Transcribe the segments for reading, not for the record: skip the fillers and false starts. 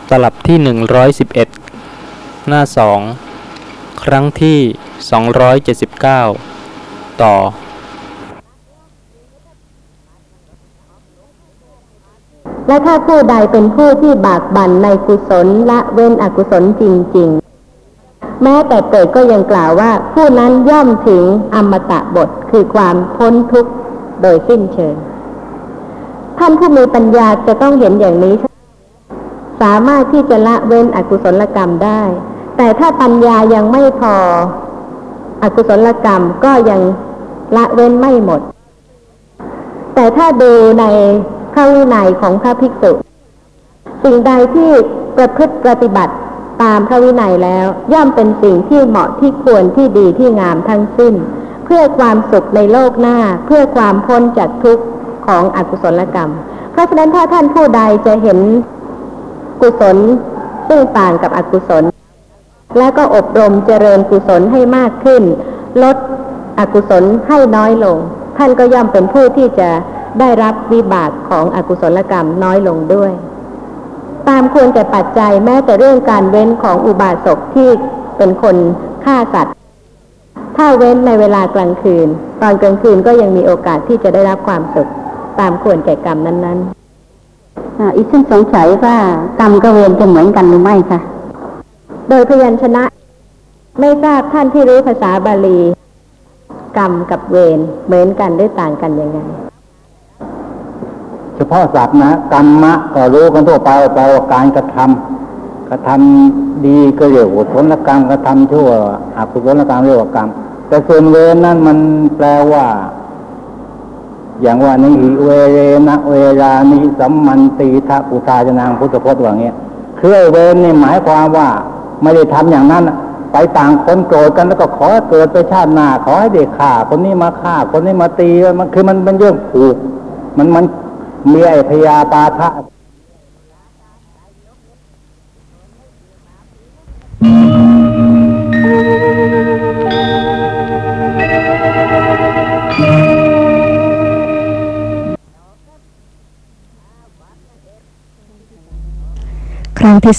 ตลับที่111หน้า2ครั้งที่279ต่อและถ้าผู้ใดเป็นผู้ที่บากบั่นในกุศลละเว้นอกุศลจริงๆแม้แต่เกิดก็ยังกล่าวว่าผู้นั้นย่อมถึงอมตะบทคือความพ้นทุกข์โดยสิ้นเชิงท่านผู้มีปัญญาจะต้องเห็นอย่างนี้สามารถที่จะละเว้นอกุศลกรรมได้แต่ถ้าปัญญายังไม่พออกุศลกรรมก็ยังละเว้นไม่หมดแต่ถ้าดูในพระวินัยของพระภิกษุสิ่งใดที่ประพฤติปฏิบัติตามพระวินัยแล้วย่อมเป็นสิ่งที่เหมาะที่ควรที่ดีที่งามทั้งสิ้นเพื่อความสุขในโลกหน้าเพื่อความพ้นจากทุกข์ของอกุศลกรรมเพราะฉะนั้นถ้าท่านผู้ใดจะเห็นกุศลซึ่งต่างกับอกุศลและก็อบรมเจริญกุศลให้มากขึ้นลดอกุศลให้น้อยลงท่านก็ย่อมเป็นผู้ที่จะได้รับวิบากของอกุศลกรรมน้อยลงด้วยตามควรแก่ปัจจัยแม้แต่เรื่องการเว้นของอุบาสกที่เป็นคนฆ่าสัตว์ถ้าเว้นในเวลากลางคืนตอนกลางคืนก็ยังมีโอกาสที่จะได้รับความสุขตามควรแก่กรรมนั้นๆอีกฉันสงสัยว่ากรรมกับเวรจะเหมือนกันหรือไม่คะโดยพยัญชนะไม่ทราบท่านที่รู้ภาษาบาลีกรรมกับเวรเหมือนกันหรือต่างกันยังไงเฉพาะศัพท์นะกรรมะก็รู้กันทั่วไปแปลว่าการกระทำดีก็เรียกว่าผลกรรมกระทำชั่วอกุศลกรรมเรียกว่ากรรมแต่ส่วนเวรนั้นมันแปลว่าอย่างว่านิหิเวเรนะเวรานิสัมมันติทะปุทาจนางพุทธพจน์ว่าอย่างเงี้ยคือเวรนี่หมายความว่าไม่ได้ทำอย่างนั้นไปต่างคนโกรธกันแล้วก็ขอเกิดไปชาติหน้าขอให้เด็กฆ่าคนนี้มาฆ่าคนนี้มาตีมันคือมันเป็นเรื่องผูกมันมีไอ้พยาปาทะครั้งที่280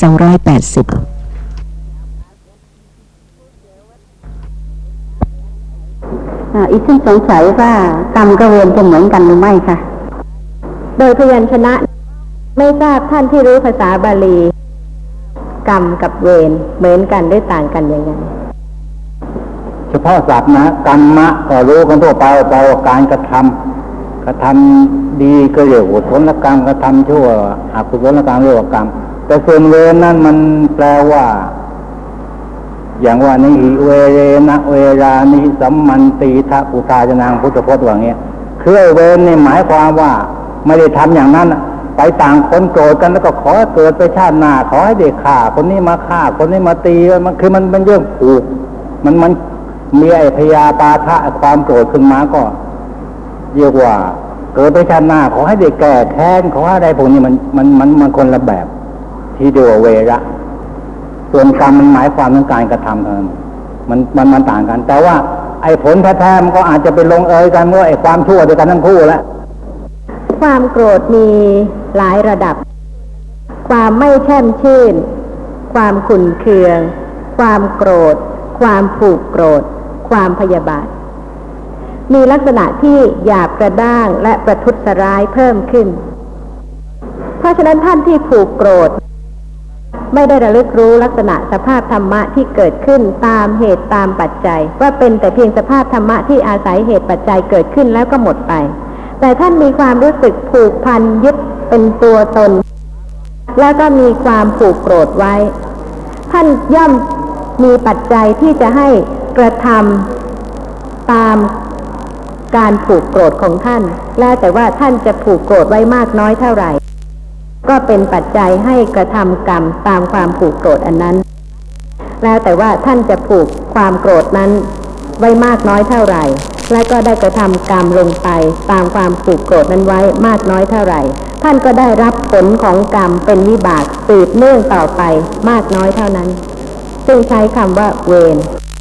อีกฉันสงสัยว่ากรรมกับเวรจะเหมือนกันหรือไม่คะโดยพยัญชนะไม่ทราบท่านที่รู้ภาษาบาลีกรรมกับเวรเหมือนกันหรือต่างกันยังไงเฉพาะศัพท์นะกรรมะก็รู้กันทั่วไปแปลว่าการกระทำดีก็เรียกว่าผลกรรมกระทำชั่วอกุศลกรรมเรียกว่ากรรมแต่ส่วนเวรนั้นมันแปลว่าอย่างว่านิหิเวเรนะเวรานิสัมมันติทะปุทาจนางพุทธพจน์ว่าอย่างเงี้ยคือเวรนี่หมายความว่าไม่ได้ทำอย่างนั้นไปต่างคนโกรธกันแล้วก็ขอเกิดไปชาติหน้าขอให้เด็กฆ่าคนนี้มาฆ่าคนนี้มาตีมันคือมันเป็นเรื่องผูกมันมีไอ้พยาปาทะความโกรธขึ้นมาก็เรียกว่าเกิดไปชาติหน้าขอให้เด็กแก่แค้นขอให้อะไรพวกนี้มันคนละแบบที่เรียกว่าเวระส่วนกรรมมันหมายความถึงการกระทำเท่านั้นมันต่างกันแต่ว่าไอ้ผลแท้ๆมันก็อาจจะไปลงเอยกันเมื่อไอ้ความชั่วด้วยกันทั้งคู่แล้วความโกรธมีหลายระดับความไม่แช่มชื่นความขุ่นเคืองความโกรธความผูกโกรธความพยาบาทมีลักษณะที่หยาบกระด้างและประทุษร้ายเพิ่มขึ้นเพราะฉะนั้นท่านที่ผูกโกรธไม่ได้ระลึกรู้ลักษณะสภาพธรรมะที่เกิดขึ้นตามเหตุตามปัจจัยว่าเป็นแต่เพียงสภาพธรรมะที่อาศัยเหตุปัจจัยเกิดขึ้นแล้วก็หมดไปแต่ท่านมีความรู้สึกผูกพันยึดเป็นตัวตนแล้วก็มีความผูกโกรธไว้ท่านย่อมมีปัจจัยที่จะให้กระทำตามการผูกโกรธของท่านแล้วแต่ว่าท่านจะผูกโกรธไว้มากน้อยเท่าไหร่ก็เป็นปัจจัยให้กระทำกรรมตามความผูกโกรธอันนั้นแล้วแต่ว่าท่านจะผูกความโกรธนั้นไว้มากน้อยเท่าไหร่และก็ได้กระทำกรรมลงไปตามความผูกโกรธนั้นไว้มากน้อยเท่าไหร่ท่านก็ได้รับผลของกรรมเป็นวิบากสืบเนื่องต่อไปมากน้อยเท่านั้นซึ่งใช้คำว่าเวร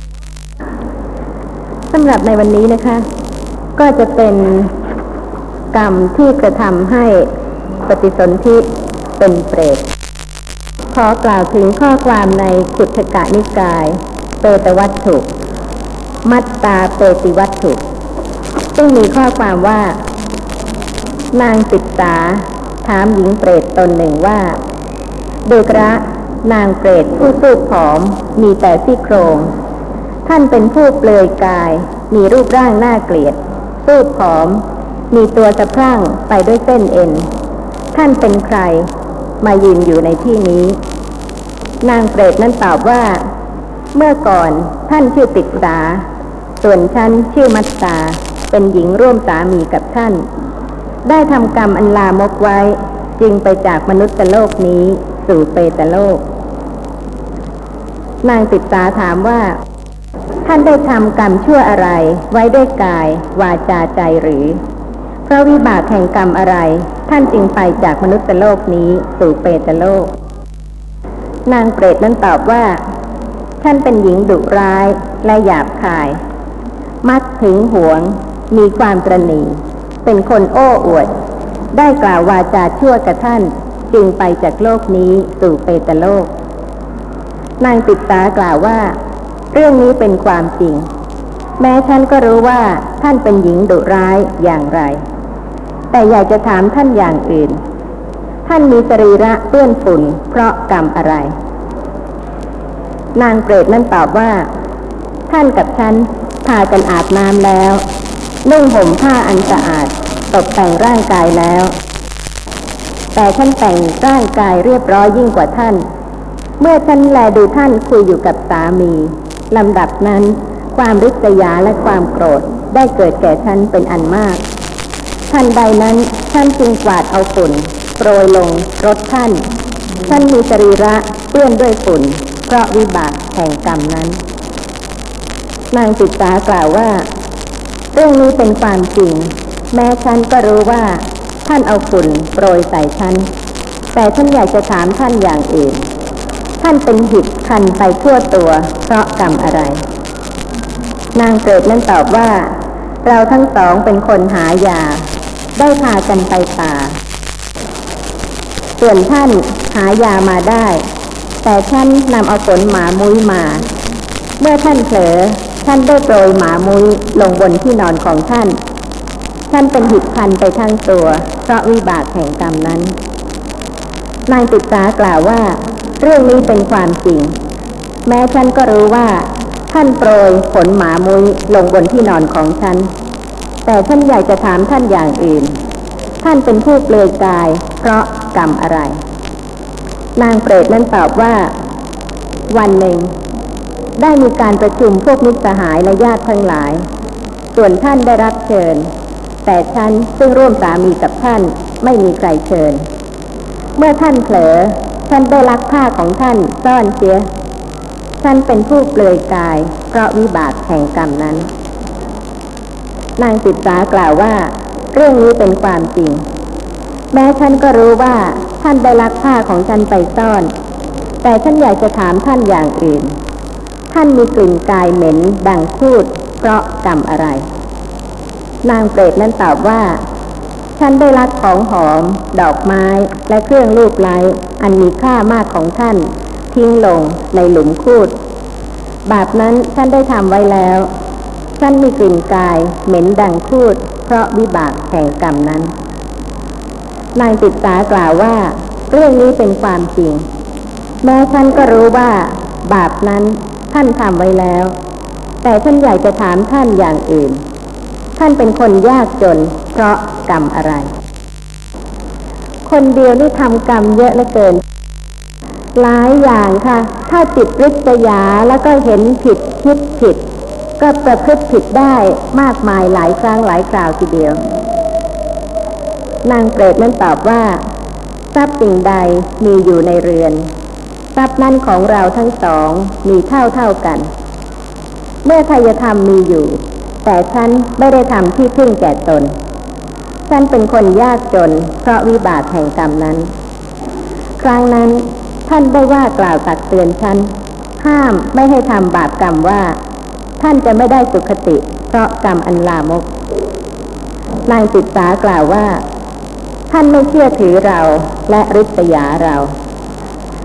สำหรับในวันนี้นะคะก็จะเป็นกรรมที่กระทำให้ปฏิสนธิเป็นเปรตขอกล่าวถึงข้อความในขุททกนิกายเปตวัตถุมัตตาเปติวัตถุซึ่งมีข้อความว่านางศึกษาถามหญิงเปรตตนหนึ่งว่าดูกระนางเปรตผู้สูบผอมมีแต่ซี่โครงท่านเป็นผู้เปลือยกายมีรูปร่างน่าเกลียดสูบผอมมีตัวสะพรั่งไปด้วยเส้นเอ็นท่านเป็นใครมายืนอยู่ในที่นี้นางเปรตนั้นตอบว่าเมื่อก่อนท่านชื่อติดสาส่วนฉันชื่อมัตตาเป็นหญิงร่วมสามีกับท่านได้ทำกรรมอันลามกไว้จึงไปจากมนุษย์โลกนี้สู่เปตโลกนางติดสาถามว่าท่านได้ทำกรรมชั่วอะไรไว้ด้วยกายวาจาใจหรือเพราะวิบากแห่งกรรมอะไรท่านจึงไปจากมนุษย์โลกนี้สู่เปตโลกนางเปรตนั้นตอบว่าท่านเป็นหญิงดุร้ายและหยาบคายมักถึงหวงมีความตระหนี่เป็นคนโอ้อวดได้กล่าววาจาชั่วกับท่านจึงไปจากโลกนี้สู่เปตโลกนางติดตากล่าวว่าเรื่องนี้เป็นความจริงแม้ฉันก็รู้ว่าท่านเป็นหญิงดุร้ายอย่างไรแต่อยากจะถามท่านอย่างอื่นท่านมีสรีระเปื้อนฝุ่นเพราะกรรมอะไรนางเปรตนั้นตอบว่าท่านกับฉันพากันอาบน้ำแล้วนุ่งห่มผ้าอันสะอาดตกแต่งร่างกายแล้วแต่ฉันแต่งร่างกายเรียบร้อยยิ่งกว่าท่านเมื่อฉันแลดูท่านคุยอยู่กับสามีลำดับนั้นความริษยาและความโกรธได้เกิดแก่ฉันเป็นอันมากทันใดนั้นฉันจึงกวาดเอาฝุ่นโปรยลงรถท่านฉันมีสรีระเปื้อนด้วยฝุ่นเพราะวิบากแห่งกรรมนั้นนางติดสากล่าวว่าเรื่องนี้เป็นความจริงแม้ฉันก็รู้ว่าท่านเอาฝุ่นโปรยใส่ฉันแต่ฉันอยากจะถามท่านอย่างอื่นท่านเป็นหิดคันไปทั่วตัวเพราะกรรมอะไรนางเปรตนั้นตอบว่าเราทั้งสองเป็นคนหายาได้พากันไปป่าส่วนท่านหายามาได้แต่ท่านนำเอาขนหมามุ้ยมาเมื่อท่านเผลอท่านได้โปรยหมามุ้ยลงบนที่นอนของท่านเป็นหิดคันไปทั้งตัวเพราะวิบากแห่งกรรมนั้นนางติดสากล่าวว่าเรื่องนี้เป็นความจริงแม้ฉันก็รู้ว่าท่านโปรยขนหมามุ้ยลงบนที่นอนของฉันแต่ฉันอยากจะถามท่านอย่างอื่นท่านเป็นผู้เปลือยกายเพราะกรรมอะไรนางเปรตนั้นตอบว่าวันหนึ่งได้มีการประชุมพวกมิตรสหายและญาติทั้งหลายส่วนท่านได้รับเชิญแต่ฉันซึ่งร่วมสามีกับท่านไม่มีใครเชิญเมื่อท่านเผลอฉันได้ลักผ้าของท่านซ่อนเสียฉันเป็นผู้เปลือยกายเพราะวิบากแห่งกรรมนั้นนางติดสากล่าวว่าเรื่องนี้เป็นความจริงแม้ฉันก็รู้ว่าท่านได้ลักผ้าของฉันไปซ่อนแต่ฉันอยากจะถามท่านอย่างอื่นท่านมีกลิ่นกายเหม็นดังพูดเพราะกรรมอะไรนางเปรตนั้นตอบว่าฉันได้ลักของหอมดอกไม้และเครื่องลูบไล้อันมีค่ามากของท่านทิ้งลงในหลุมคูดบาปนั้นฉันได้ทำไว้แล้วฉันมีกลิ่นกายเหม็นดังคูดเพราะวิบากแห่งกรรมนั้นนางติดสากล่าวว่าเรื่องนี้เป็นความจริงแม้ฉันก็รู้ว่าบาปนั้นท่านทำไว้แล้วแต่ฉันอยากจะถามท่านอย่างอื่นท่านเป็นคนยากจนเพราะกรรมอะไรคนเดียวนี่ทำกรรมเยอะเหลือเกินหลายอย่างค่ะถ้าจิตริษยาแล้วก็เห็นผิดคิดผิดก็ประพฤติผิดได้มากมายหลายครั้งหลายคราวทีเดียวนางเปรตนั้นตอบว่าทรัพย์สิ่งใดมีอยู่ในเรือนทรัพย์นั้นของเราทั้งสองมีเท่ากันเมื่อทายธรรมมีอยู่แต่ฉันไม่ได้ทำที่พึ่งแก่ตนฉันเป็นคนยากจนเพราะวิบากแห่งกรรมนั้นครั้งนั้นท่านได้ว่ากล่าวตักเตือนฉันห้ามไม่ให้ทำบาปกรรมว่าท่านจะไม่ได้สุคติเพราะกรรมอันลามกนางติดสากล่าวว่าท่านไม่เชื่อถือเราและริษยาเรา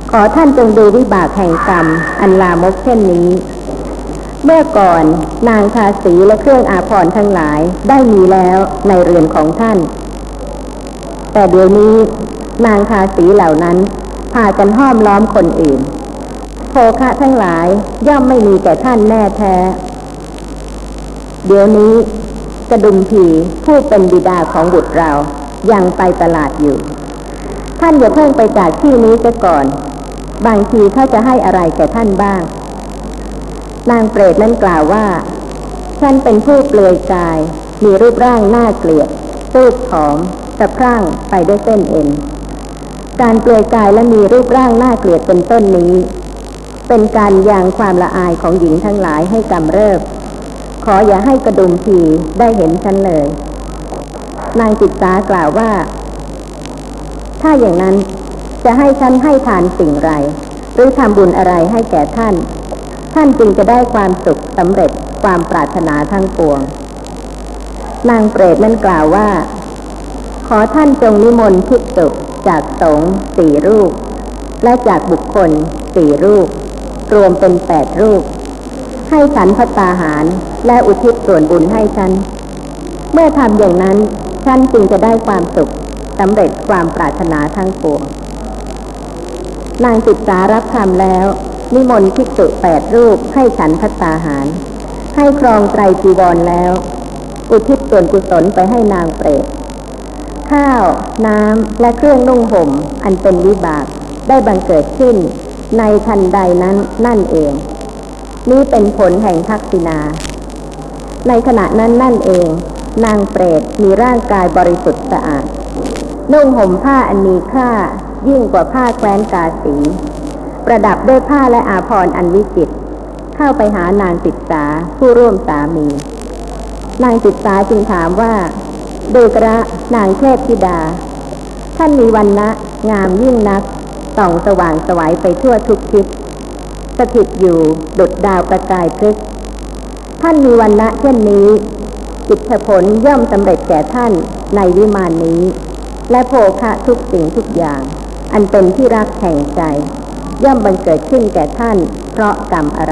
ขอท่านจงดูวิบากแห่งกรรมอันลามกเช่นนี้เมื่อก่อนนางทาสีและเครื่องอาภรณ์ทั้งหลายได้มีแล้วในเรือนของท่านแต่เดี๋ยวนี้นางทาสีเหล่านั้นพากันห้อมล้อมคนอื่นโภคะทั้งหลายย่อมไม่มีแก่ท่านแน่แท้เดี๋ยวนี้กระดุมพีผู้เป็นบิดาของบุตรเรายังไปตลาดอยู่ท่านอย่าเพิ่งไปจากที่นี้ซะก่อนบางทีเขาจะให้อะไรแก่ท่านบ้างนางเปรตนั้นกล่าวว่าฉันเป็นผู้เปลือยกายมีรูปร่างน่าเกลียดตูบผอมสะพรั่งไปด้วยเส้นเอ็นการเปลือยกายและมีรูปร่างน่าเกลียดเป็นต้นนี้เป็นการยังความละอายของหญิงทั้งหลายให้กำเริบขออย่าให้กระดุมพีได้เห็นฉันเลยนางจิตตากล่าวว่าถ้าอย่างนั้นจะให้ฉันให้ทานสิ่งไรหรือทำบุญอะไรให้แก่ท่านจึงจะได้ความสุขสำเร็จความปรารถนาทั้งปวงนางเปรตนั้นกล่าวว่าขอท่านจงนิมนต์ภิกษุจากสงฆ์4 รูปและจากบุคคล4 รูปรวมเป็น8 รูปให้ฉันภัตตาหารและอุทิศส่วนบุญให้ฉันเมื่อทำอย่างนั้นฉันจึงจะได้ความสุขสำเร็จความปรารถนาทั้งปวงนางจิตตารับคำแล้วนิมนต์ภิกษุ8 รูปให้ฉันภัตตาหารให้ครองไตรจีวรแล้วอุทิศส่วนกุศลไปให้นางเปรตข้าวน้ำและเครื่องนุ่งห่มอันเป็นวิบากได้บังเกิดขึ้นในทันใดนั้นนั่นเองนี้เป็นผลแห่งทักษิณาในขณะนั้นนั่นเองนางเปรตมีร่างกายบริสุทธิ์สะอาดนุ่งห่มผ้าอันมีค่ายิ่งกว่าผ้าแคว้นกาสีประดับด้วยผ้าและอาภรณ์อันวิจิตรเข้าไปหานางจิตตาผู้ร่วมสามีนางจิตตาจึงถามว่าดูกระนางเทพธิดาท่านมีวรรณะงามยิ่งนักส่องสว่างไสวไปทั่วทุกทิศสถิตอยู่ดุจดาวประกายพฤกษ์ท่านมีวรรณะเช่นนี้อิทธิผลย่อมสำเร็จแก่ท่านในวิมานนี้และโภคะทุกสิ่งทุกอย่างอันเป็นที่รักแห่งใจย่อมบังเกิดขึ้นแก่ท่านเพราะกรรมอะไร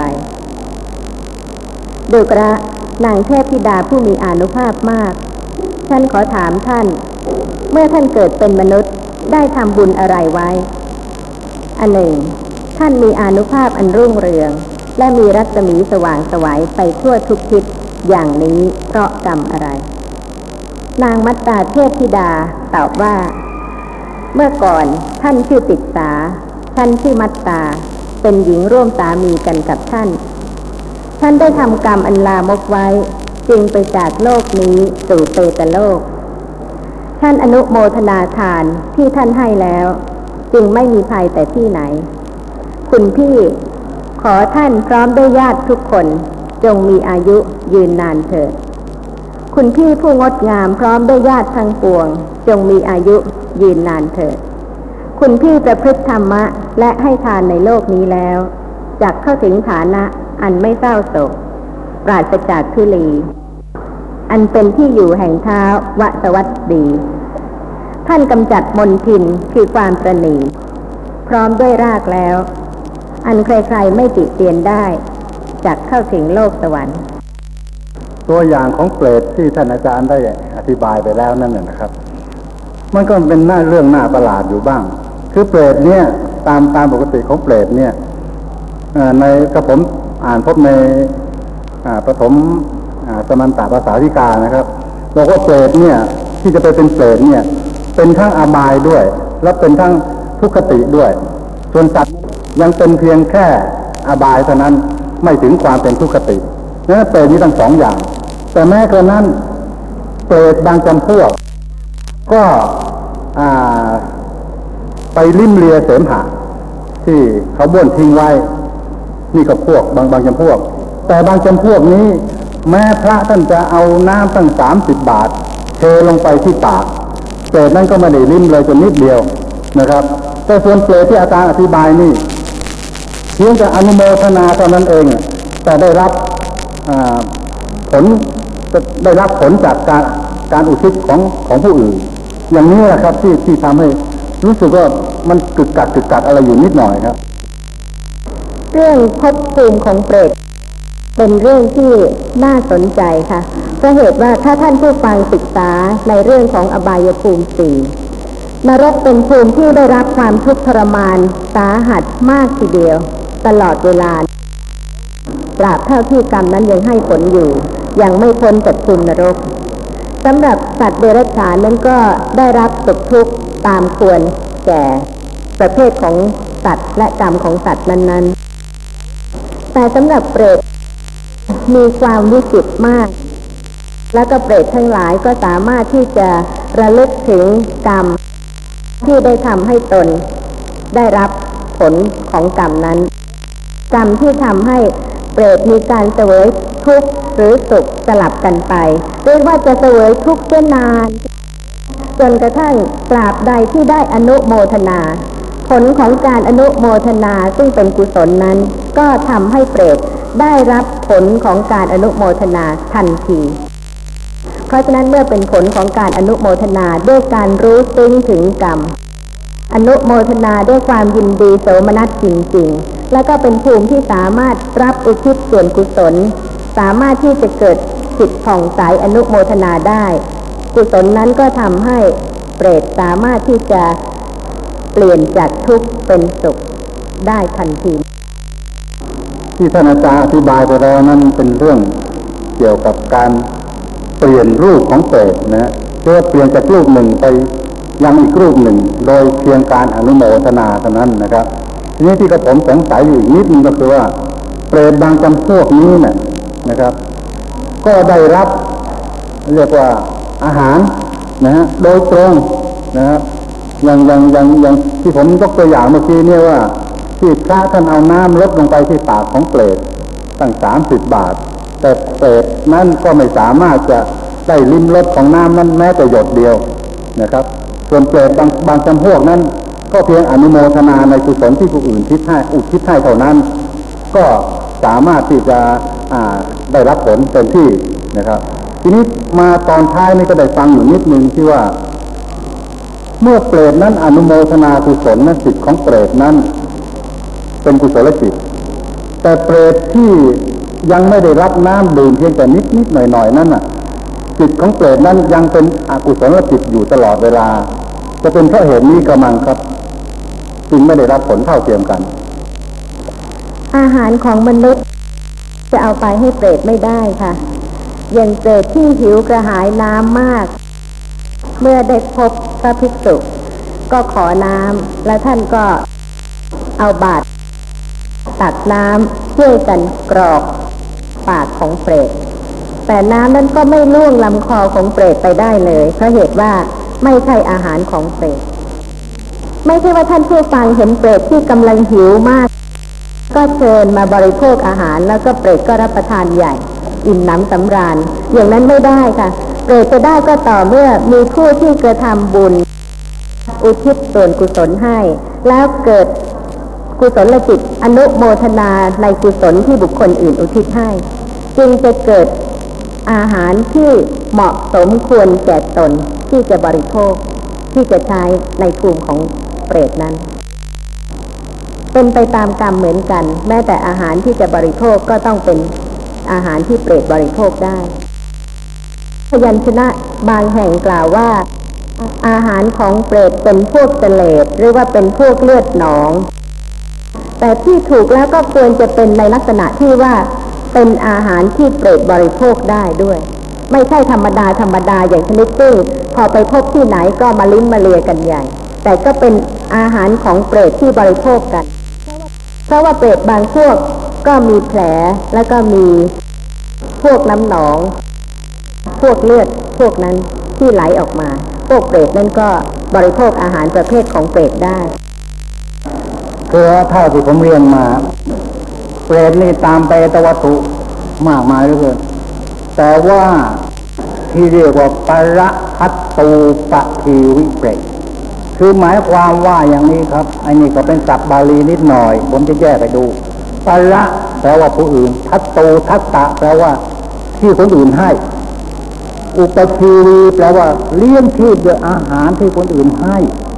ดูกระนางเทพธิดาผู้มีอานุภาพมากฉันขอถามท่านเมื่อท่านเกิดเป็นมนุษย์ได้ทำบุญอะไรไว้อันหนึ่งท่านมีอานุภาพอันรุ่งเรืองและมีรัศมีสว่างไสวไปทั่วทุกทิศอย่างนี้เพราะกรรมอะไรนางมัตตาเทพธิดาตอบว่าเมื่อก่อนท่านชื่อติดสาท่านชื่อมัตตาเป็นหญิงร่วมสามีกันกับท่านได้ทำกรรมอันลามกไว้จึงไปจากโลกนี้สู่เปตโลกท่านอนุโมทนาทานที่ท่านให้แล้วจึงไม่มีภัยแต่ที่ไหนคุณพี่ขอท่านพร้อมด้วยญาติทุกคนจงมีอายุยืนนานเถิดคุณพี่ผู้งดงามพร้อมด้วยญาติทั้งปวงจงมีอายุยืนนานเถิดคุณพี่ประพฤติธรรมะและให้ทานในโลกนี้แล้วจักเข้าถึงฐานะอันไม่เศร้าโศกปราศจากทุลีอันเป็นที่อยู่แห่งเท้าวสวัสดีท่านกำจัดมลทินคือความประณีพร้อมด้วยรากแล้วอันใครๆไม่ติเตียนได้จักเข้าถึงโลกสวรรค์ตัวอย่างของเปรตที่ท่านอาจารย์ได้อธิบายไปแล้วนั่นนะครับมันก็เป็นเรื่องน่าประหลาดอยู่บ้างคือเปรตเนี่ยตามปกติของเปรตเนี่ยในกระผมอ่านพบในปฐมสมันตภาษาธิกานะครับบอกว่าเปรตเนี่ยที่จะไปเป็นเปรตเนี่ยเป็นทั้งอบายด้วยและเป็นทั้งทุกขติด้วยส่วนสัตว์ยังเป็นเพียงแค่อบายเท่านั้นไม่ถึงความเป็นทุกขตินั้นเปรตมีทั้ง2 อย่างแต่แม้กระนั้นเปรตบางจำพวกก็ไปลิ้มเลียเสมหะที่เขาบ้วนทิ้งไว้นี่ก็พวกบางจำพวกแต่บางจำพวกนี้แม้พระท่านจะเอาน้ำตั้ง30 บาทเทลงไปที่ปากเปรตนั้นก็ไม่ได้ลิ้มเลยจนนิดเดียวนะครับแต่ส่วนเปรตที่อาจารย์อธิบายนี่เพียงแต่อนุโมทนาเท่านั้นเองแต่ได้รับผลจากการอุทิศของผู้อื่นอย่างนี้แหละครับที่ทำให้รู้สึกว่ามันกึกกักอะไรอยู่นิดหน่อยครับเรื่องภพภูมิของเปรตเป็นเรื่องที่น่าสนใจค่ะเพราะเหตุว่าถ้าท่านผู้ฟังศึกษาในเรื่องของอบายภูมิสี่นรกเป็นภูมิที่ได้รับความทุกข์ทรมานสาหัสมากทีเดียวตลอดเวลาตราบเท่าที่กรรมนั้นยังให้ผลอยู่ยังไม่พ้นจากภูมินรกสำหรับสัตว์เดรัจฉานนั้นก็ได้รับสุขทุกข์ตามควรแก่ประเภทของสัตว์และกรรมของสัตว์นั้นๆแต่สำหรับเปรตมีความวิจิตรมากแล้วก็เปรตทั้งหลายก็สามารถที่จะระลึกถึงกรรมที่ได้ทำให้ตนได้รับผลของกรรมนั้นกรรมที่ทำให้เปรตมีการเสวยทุกข์หรือสุขสลับกันไปเรียกว่าจะเสวยทุกข์เช่นนานจนกระทั่งตราบใดที่ได้อนุโมทนาผลของการอนุโมทนาซึ่งเป็นกุศลนั้นก็ทำให้เปรตได้รับผลของการอนุโมทนาทันทีเพราะฉะนั้นเมื่อเป็นผลของการอนุโมทนาด้วยการรู้ซึ้งถึงกรรมอนุโมทนาด้วยความยินดีโสมนัสจริงๆแล้วก็เป็นภูมิที่สามารถรับอุทิศส่วนกุศลสามารถที่จะเกิดจิตผ่องใสอนุโมทนาได้กุศลนั้นก็ทำให้เปรตสามารถที่จะเปลี่ยนจากทุกข์เป็นสุขได้ทันทีที่ท่านอาจารย์อธิบายไปแล้วนั้นเป็นเรื่องเกี่ยวกับการเปลี่ยนรูปของเปรตนะเพื่อเปลี่ยนจากรูปหนึ่งไปยังอีกรูปหนึ่งโดยเพียงการอนุโมทนาเท่านั้นนะครับทีนี้ที่กระผมสงสัยอยู่อีกนิดนึงก็คือว่าเปรตบางจำพวกนี้นะครับก็ได้รับเรียกว่าอาหารนะฮะโดยตรงนะครับอย่างที่ผมยกตัวอย่างเมื่อกี้เนี่ยว่าที่พระท่านเอาน้ำลดลงไปที่ปากของเปรตตั้ง30 บาทแต่เปรตนั้นก็ไม่สามารถจะได้ลิ้มรสของน้ำนั้นแม้แต่หยดเดียวนะครับส่วนเปรตบางจำพวกนั้นก็เพียงอนุโมทนาในกุศลที่ผู้อื่นอุทิศให้เท่านั้นก็สามารถที่จะได้รับผลเต็มที่นะครับทีนี้มาตอนท้ายนี่ก็ได้ฟังอยู่นิดนึงที่ว่าเมื่อเปรตนั้นอนุโมทนากุศลนั้นจิตของเปรตนั้นเป็นกุศลจิตแต่เปรตที่ยังไม่ได้รับน้ำดื่มเพียงแต่นิดหน่อยนั้นจิตของเปรตนั้นยังเป็นอกุศลจิตอยู่ตลอดเวลาจะเป็นเพราะเหตุนี้กระมังครับจึงไม่ได้รับผลเท่าเทียมกันอาหารของมนุษย์จะเอาไปให้เปรตไม่ได้ค่ะอย่างเปรตที่หิวกระหายน้ำมากเมื่อได้พบพระภิกษุก็ขอน้ำและท่านก็เอาบาตรตักน้ำช่วยกันกรอกปากของเปรตแต่น้ำนั้นก็ไม่ล่วงลำคอของเปรตไปได้เลยเพราะเหตุว่าไม่ใช่อาหารของเปรตไม่ใช่ว่าท่านผู้ฟังเห็นเปรตที่กำลังหิวมากก็เชิญมาบริโภคอาหารแล้วก็เปรตก็รับประทานใหญ่อิ่มหนำสำราญอย่างนั้นไม่ได้ค่ะเปรตจะได้ก็ต่อเมื่อมีผู้ที่กระทำบุญอุทิศส่วนกุศลให้แล้วเกิดกุศลจิตอนุโมทนาในกุศลที่บุคคลอื่นอุทิศให้จึงจะเกิดอาหารที่เหมาะสมควรแก่ตนที่จะบริโภคที่จะใช้ในภูมิของเปรตนั้นเป็นไปตามกรรมเหมือนกันแม้แต่อาหารที่จะบริโภคก็ต้องเป็นอาหารที่เปรตบริโภคได้พยัญชนะบางแห่งกล่าวว่าอาหารของเปรตเป็นพวกเสลดหรือว่าเป็นพวกเลือดหนองแต่ที่ถูกแล้วก็ควรจะเป็นในลักษณะที่ว่าเป็นอาหารที่เปรตบริโภคได้ด้วยไม่ใช่ธรรมดาอย่างชนิดซึ่งพอไปพบที่ไหนก็มาลิ้มมาเลียกันใหญ่แต่ก็เป็นอาหารของเปรตที่บริโภคกันเพราะว่าเปรตบางพวกก็มีแผลแล้วก็มีพวกน้ำหนองพวกเลือดพวกนั้นที่ไหลออกมาพวกเปรตนั้นก็บริโภคอาหารประเภทของเปรตได้คือเท่าที่ผมเรียนมาเปรตนี่ตามไปตวัตถุมากมายเหลือเกินแต่ว่าที่เรียกว่าปรคัตตูปทีวิเปรตคือหมายความว่าอย่างนี้ครับไอ้นี่ก็เป็นศัพท์บาลีนิดหน่อยผมจะแยกไปดูประแปลว่าผู้อื่นทัตตูทัตตะแปลว่าที่คนอื่นให้อุปทีวีแปลว่าเลี้ยงชีพด้วยอาหารที่คนอื่นให้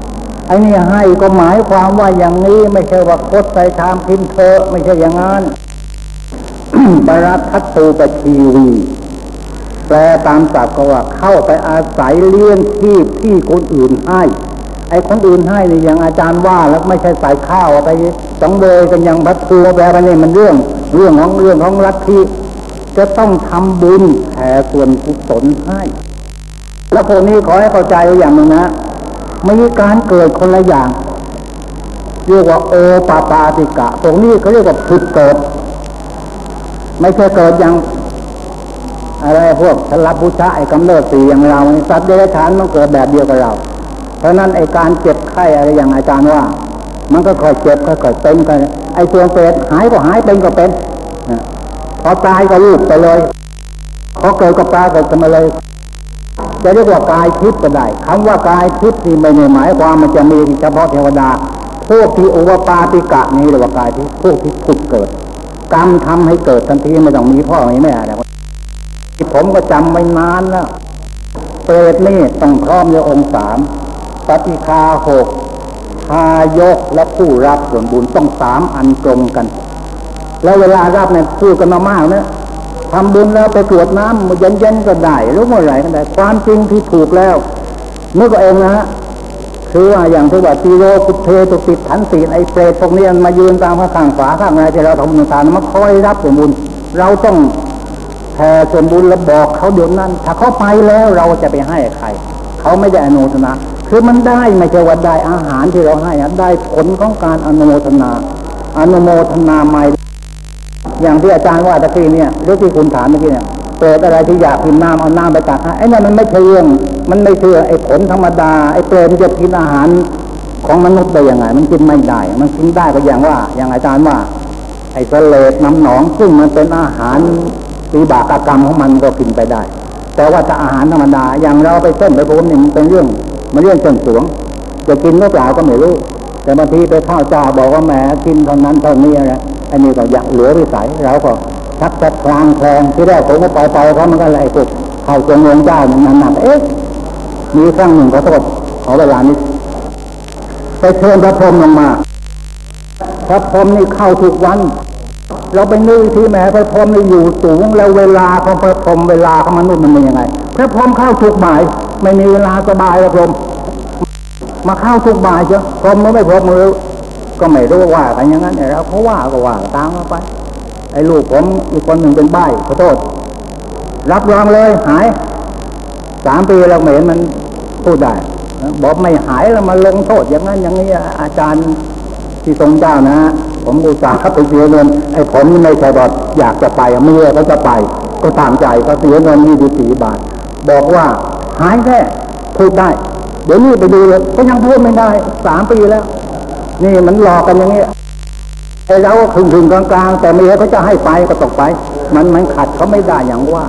ไอ้นี่ให้ก็หมายความว่าอย่างนี้ไม่ใช่ว่าคดใส่ชามกินเถอะไม่ใช่อย่างนั้น ปรัตถัตตูปชีวีแปลตามศัพท์ก็ว่าเข้าไปอาศัยเลี้ยงชีพที่คนอื่นให้ไอ้คนอื่นให้นี่อย่างอาจารย์ว่าแล้วไม่ใช่ใส่ข้าวไปสังเวยกันอย่างพัดทูแปลไปนี่มันเรื่องของลัทธิจะต้องทำบุญแผ่ส่วนกุศลให้แล้วพวกนี้ขอให้เข้าใจอย่างหนึ่งนะมีการเกิดคนละอย่างเรียกว่าโอปาปาติกะตรงนี้เขาเรียกว่าผุดเกิดไม่ใช่เกิดอย่างอะไรพวกชลับผู้ชาไอ้กำเนิดสี่อย่างเราสัตว์เดรัจฉานมันเกิดแบบเดียวกับเราเพราะนั้นไอ้การเจ็บไข้อะไรอย่างอาจารย์ว่ามันก็ค่อยเจ็บค่อยเป็นกันไอ้ส่วนเปรตหายก็หายเป็นก็เป็นพอตายก็ลูกไปเลยพอเกิดก็ปลาเกิดขึ้นมาเลยจะเรียกว่ากายทิพย์ก็ได้คำว่ากายทิพย์นี่ไม่ได้หมายความมันจะมีเฉพาะเทวดาพวกที่โอวปาติกะนี่เรียกว่ากายทิพย์พวกที่ผุดเกิดกรรมทำให้เกิดทันทีไม่ต้องมีพ่อมีแม่อะไรที่ผมก็จำไว้นานแล้วเปรตนี่ต้องพร้อมในองค์สามปฏิฆาหกทายกและผู้รับส่วนบุญต้องสามอันตรงกันแล้วเวลารับเนี่ยพูดกันมามากนะทำบุญแล้วไปกรวดน้ำเย็นๆก็ได้รู้เมื่อไหร่ก็ได้ความจริงที่ถูกแล้วเมื่อก็เองนะฮะคือว่าอย่างที่ว่าตีโรกุเทตุติฐานศีลไอ้เปรตพวกนี้มายืนตามข้างฝาข้างอะไรที่เราทำบุญทานมาคอยรับส่วนบุญเราต้องแผ่ส่วนบุญแล้วบอกเขาเดี๋ยวนั้นถ้าเขาไปแล้วเราจะไปให้ใครเขาไม่ได้อนุโมทนาคือมันได้ไม่ใช่ว่าได้อาหารที่เราให้ได้ผลของการอนุโมทนาใหม่อย่างที่อาจารย์ว่าตะกี้เนี่ยเรื่องที่คุณถามเมื่อกี้เนี่ยเปรตอะไรที่อยากกินน้ำเอาน้ำไปตักให้ไอ้นั่นมันไม่เชื่องมันไม่เชื่อไอ้ผลธรรมดาไอ้เปรตที่จะกินอาหารของมนุษย์ได้ยังไงมันกินไม่ได้มันกินได้ก็อย่างว่าอย่างอาจารย์ว่าไอ้เสลดน้ำหนองซึ่งมันเป็นอาหารวิบากกรรมของมันก็กินไปได้แต่ว่าถ้าอาหารธรรมดาอย่างเราไปเส้นไปผมนี่มันเป็นเรื่องเส้นสวงจะกินหรือเปล่าก็ไม่รู้แต่บางทีไปข้าวเจ้าบอกว่าแหมกินเท่านั้นเท่านี้อะไรอันนี้ก็อยากเหลือวิสัยเราก็ชักจะคลางแคลงที่แรกผมก็ไปเขามันก็อะไรพวกเข้าจงเจ้ามันหนักมีครั้งหนึ่งขอโทษขอเวลานิดไปเชิญพระพรหมลงมาพระพรหมนี่เข้าทุกวันเราไปนึกที่แม้พระพรหมนี่อยู่สูงแล้วเวลาของพระพรหมเวลาของมนุษย์มันเป็นยังไงพระพรหมเข้าทุกบ่ายไม่มีเวลาสบายพระพรหมมาเข้าทุกบ่ายเชียวพรหมไม่พรหมมือก็ไม่รู้ว่ากันอย่างนั้นเราเขาว่าก็ว่าตามเขาไปไอ้ลูกผมอีกคนหนึ่งเป็นใบ้ขอโทษรับรองเลยหาย3 ปีเราไม่เห็นมันพูดได้บอกไม่หายแล้วมาลงโทษอย่างนั้นอย่างนี้อาจารย์ที่ทรงเจ้านะผมอุตส่าห์ไปเสียเงินไอ้ผมนี่ไม่ใช่บอกอยากจะไปเมื่อเขาจะไปก็ตามใจก็เสียเงิน24 บาทบอกว่าหายแค่พูดได้เดี๋ยวนี้ไปดูเลยก็ยังพูดไม่ได้3 ปีแล้วนี่มันหลอกกันอย่างนี้ไอ้เราก็คึงกลางๆแต่ไม่เขาจะให้ไปก็ตกไปมันขัดเขาไม่ได้อย่างว่า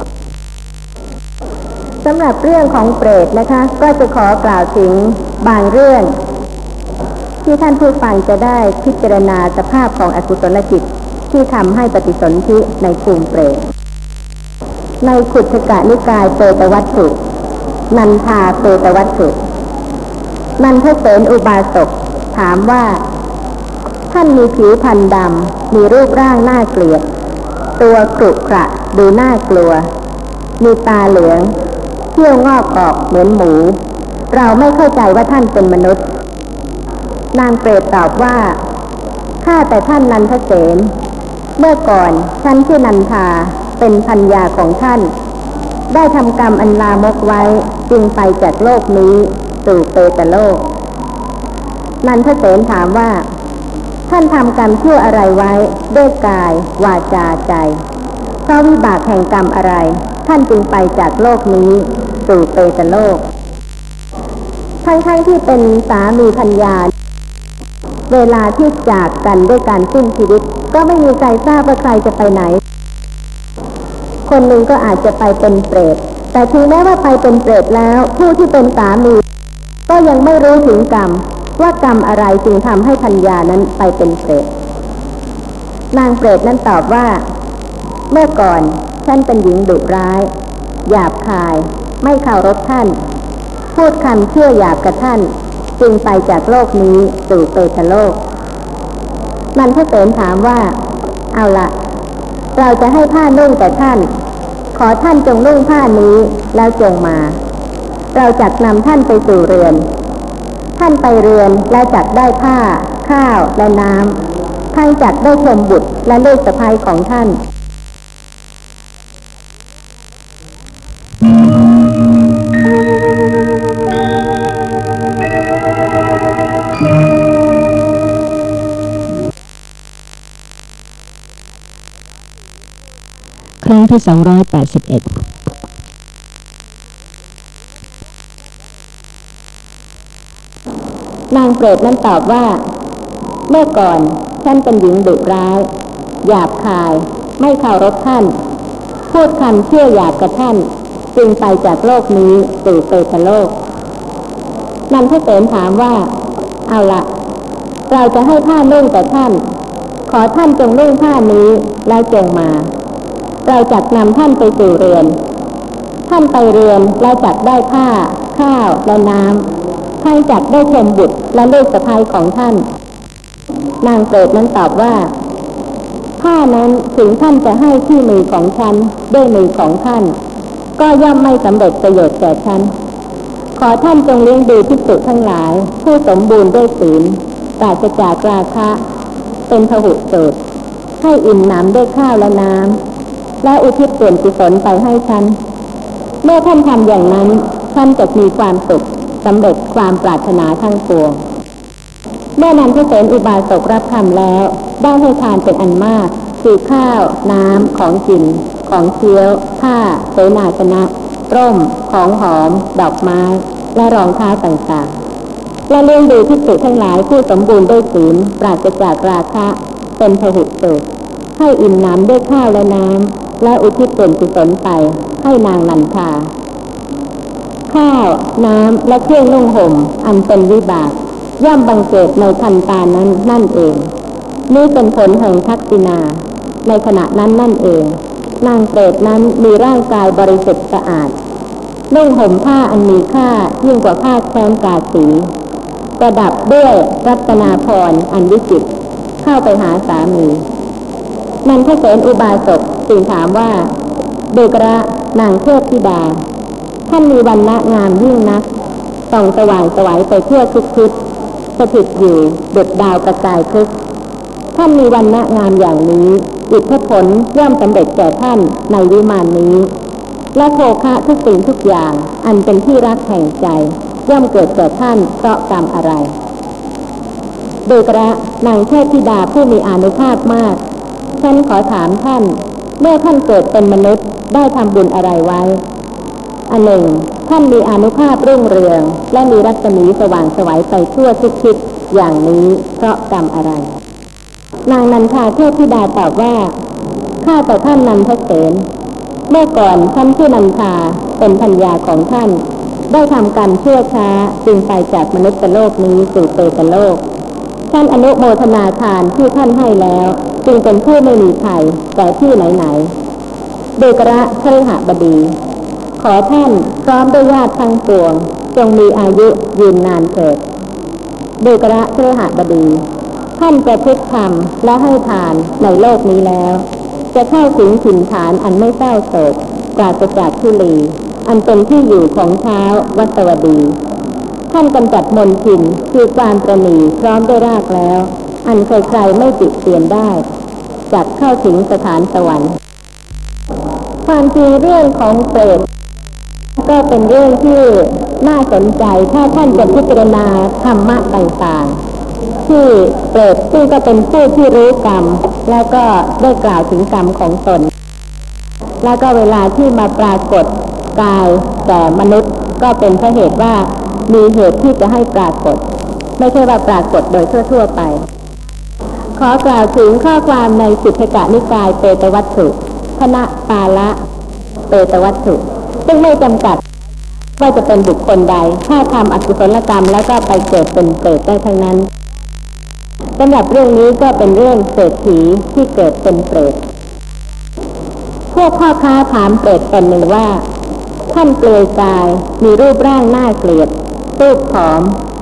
สำหรับเรื่องของเปรตนะคะก็จะขอกล่าวถึงบางเรื่องที่ท่านผู้ฟังจะได้พิจารณาสภาพของอกุศลจิตที่ทำให้ปฏิสนธิในภูมิเปรตในขุททกนิกายเปตวัตถุนันทาเปตวัตถุนันทเสนอุบาสกถามว่าท่านมีผิวพรรณดำมีรูปร่างน่าเกลียดตัวกรุขระดูน่ากลัวมีตาเหลืองเขี้ยวงอกออกเหมือนหมูเราไม่เข้าใจว่าท่านเป็นมนุษย์นางเปรตตอบว่าข้าแต่ท่านนันทเสนเมื่อก่อนฉันชื่อนันทาเป็นภรรยาของท่านได้ทำกรรมอันลามกไว้จึงไปจากโลกนี้สู่เปตโลกนันทเสนถามว่าท่านทำกรรมชั่วอะไรไว้ด้วยกายวาจาใจเพราะวิบากแห่งกรรมอะไรท่านจึงไปจากโลกนี้สู่เปตโลกทั้งที่เป็นสามีภรรยาเวลาที่จากกันด้วยการสิ้นชีวิตก็ไม่มีใครทราบว่าใครจะไปไหนคนหนึ่งก็อาจจะไปเป็นเปรตแต่ถึงแม้ว่าไปเป็นเปรตแล้วผู้ที่เป็นสามีก็ยังไม่รู้ถึงกรรมว่ากรรมอะไรจึงทำให้ภรรยานั้นไปเป็นเปรตนางเปรตนั้นตอบว่าเมื่อก่อนฉันเป็นหญิงดุร้ายหยาบคายไม่เคารพท่านพูดคำเชื่อหยาบกับท่านจึงไปจากโลกนี้สู่เปตโลกมันทเสนถามว่าเอาละเราจะให้ผ้านุ่งแต่ท่านขอท่านจงนุ่งผ้านี้แล้วจงมาเราจักนำท่านไปสู่เรือนท่านไปเรือนแล้วจักได้ผ้าข้าวและน้ำท่านจักได้ชมบุตรและลูกสะใภ้ของท่านครั้งที่281 นางเปรตนั้นตอบว่าเมื่อก่อนฉันเป็นหญิงดุร้ายหยาบคายไม่เคารพท่านพูดคำเชื่อหยาบกับท่านจึงไปจากโลกนี้สู่เปตโลกนันทเสนถามว่าเอาละเราจะให้ผ้านุ่งแต่ท่านขอท่านจงนุ่งผ้านี้แล้วจงมาเราจักนำท่านไปสู่เรือนท่านไปเรือนแล้วจักได้ผ้าข้าวและน้ำท่านจักได้ชมบุตรและลูกสะใภ้ของท่านนางเปรตนั้นตอบว่าผ้านั้นถึงท่านจะให้ที่มือของฉันด้วยมือของท่านก็ย่อมไม่สำเร็จประโยชน์แก่ฉันขอท่านจงเลี้ยงดูภิกษุทั้งหลายผู้สมบูรณ์ด้วยศีลปราศจากราคะเป็นพหุสูตรให้อิ่มหนำด้วยข้าวและน้ำและอุทิศส่วนกุศลไปให้ฉันเมื่อท่านทำอย่างนั้นท่านจะมีความสุขสำเร็จความปรารถนาทั้งปวงเมื่อนันทเสนอุบาสกรับคำแล้วได้ให้ทานเป็นอันมากคือข้าวน้ำของกินของเคี้ยวผ้าเสนาสนะร่มของหอมดอกไม้และรองเท้าต่างๆและเลี้ยงดูภิกษุทั้งหลายผู้สมบูรณ์ด้วยศีลปราศจากราคะเป็นพหุสูตรให้อิ่มหนำด้วยข้าวและน้ำและอุทิศส่วนกุศลไปให้นางนันทาข้าวน้ำและเครื่องนุ่งห่มอันเป็นวิบากย่อมบังเกิดในทันตานั้นนั่นเองนี่เป็นผลแห่งทักษิณาในขณะนั้นนั่นเองนางเปรตนั้นมีร่างกายบริสุทธิ์สะอาดนุ่งห่มผ้าอันมีค่ายิ่งกว่าผ้าแคว้นกาสีประดับด้วยรัตนาภรณ์อันวิจิตรเข้าไปหาสามีนันทเสนอุบาสกจึงถามว่าดูกระนางเทพธิดาท่านมีวรรณะงามยิ่งนักส่องสว่างไสวไปทั่วทุกทิศสถิตอยู่ดุจดาวประกายพฤกษ์ท่านมีวรรณะงามอย่างนี้อิทธิผลย่อมสำเร็จแก่ท่านในวิมานนี้และโภคะทุกสิ่งทุกอย่างอันเป็นที่รักแห่งใจย่อมเกิดแก่ท่านเพราะกรรมอะไรโดยกระนางเทพธิดาผู้มีอานุภาพมากฉันขอถามท่านเมื่อท่านเกิดเป็นมนุษย์ได้ทำบุญอะไรไว้อันหนึ่งท่านมีอานุภาพรุ่งเรืองและมีรัศมีสว่างไสวไปทั่วทุกทิศอย่างนี้เพราะกรรมอะไรนางนันทาเทพธิดาตอบว่าข้าแต่ท่านนันทเสนเมื่อก่อนท่านชื่อนันทาเป็นภรรยาของท่านได้ทำกรรมชั่วช้าจึงไปจากมนุษย์โลกนี้สู่เปตโลกท่านอนุโมทนาทานที่ท่านให้แล้วจึงเป็นผู้ไม่มีภัยแต่ที่ไหนๆเดกระคฤหบดีขอท่านพร้อมด้วยญาติทั้งปวงจงมีอายุยืนนานเถิดเดกระคฤหบดีท่านประพฤติธรรมและให้ทานในโลกนี้แล้วจะเข้าถึงถิ่นฐานอันไม่เศร้าโศกปราศจากทุลีอันเป็นที่อยู่ของเท้าวัตวดีท่านกำจัดมลทินคือความประณีพร้อมด้วยรากแล้วอันใครๆไม่ติเตียนได้จักเข้าถึงสถานสวรรค์ความจริงเรื่องของเปรตก็เป็นเรื่องที่น่าสนใจถ้าท่านจะพิจารณาธรรมะต่างๆที่เปรตซึ่งก็เป็นผู้ที่รู้กรรมแล้วก็ได้กล่าวถึงกรรมของตนแล้วก็เวลาที่มาปรากฏกายแก่มนุษย์ก็เป็นเพราะเหตุว่ามีเหตุที่จะให้ปรากฏไม่ใช่ว่าปรากฏโดยทั่วๆไปขอกล่าวถึงข้อความในสิทธิกนิกายเปตวัตถุคณะปาละเปตวัตถุซึ่งไม่จำกัดว่าจะเป็นบุคคลใดถ้าทำอกุศลกรรมแล้วก็ไปเกิดเป็นเปรตได้ทั้งนั้นสำหรับเรื่องนี้ก็เป็นเรื่องเศรษฐีที่เกิดเป็นเปรตพวกพ่อค้าถามเปรตคนหนึ่งว่าท่านเปลือยกายมีรูปร่างน่าเกลียดรูปผอม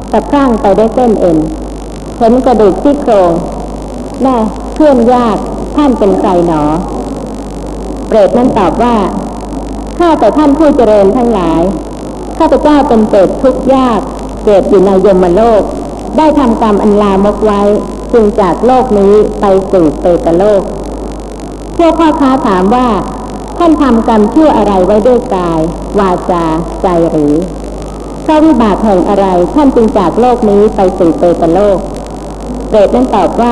สะพรั่งไปได้วยเส้นเอ็นเห็นกระดูกซี่โครงแน่เคลื่อนยากท่านเป็นใครหนอเปรตนั้นตอบว่าข้าแต่ท่านผู้เจริญทั้งหลายข้าพเจ้าเป็นเปรตทุกข์ยากเกิดอยู่ในยมโลกได้ทำกรรมอันลามกไว้จึงจากโลกนี้ไปสู่เปรตโลกพวกพ่อค้าถามว่าท่านทำกรรมชั่วอะไรไว้ด้วยกายวาจาใจหรือเพราะวิบากแห่งอะไรท่านจึงจากโลกนี้ไปสู่เปรตโลกเปรตนั้นตอบว่า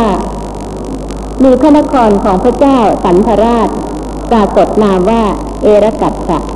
มีพระนครของพระเจ้าสันธราชปรากฏนามว่าเอรกัสสะ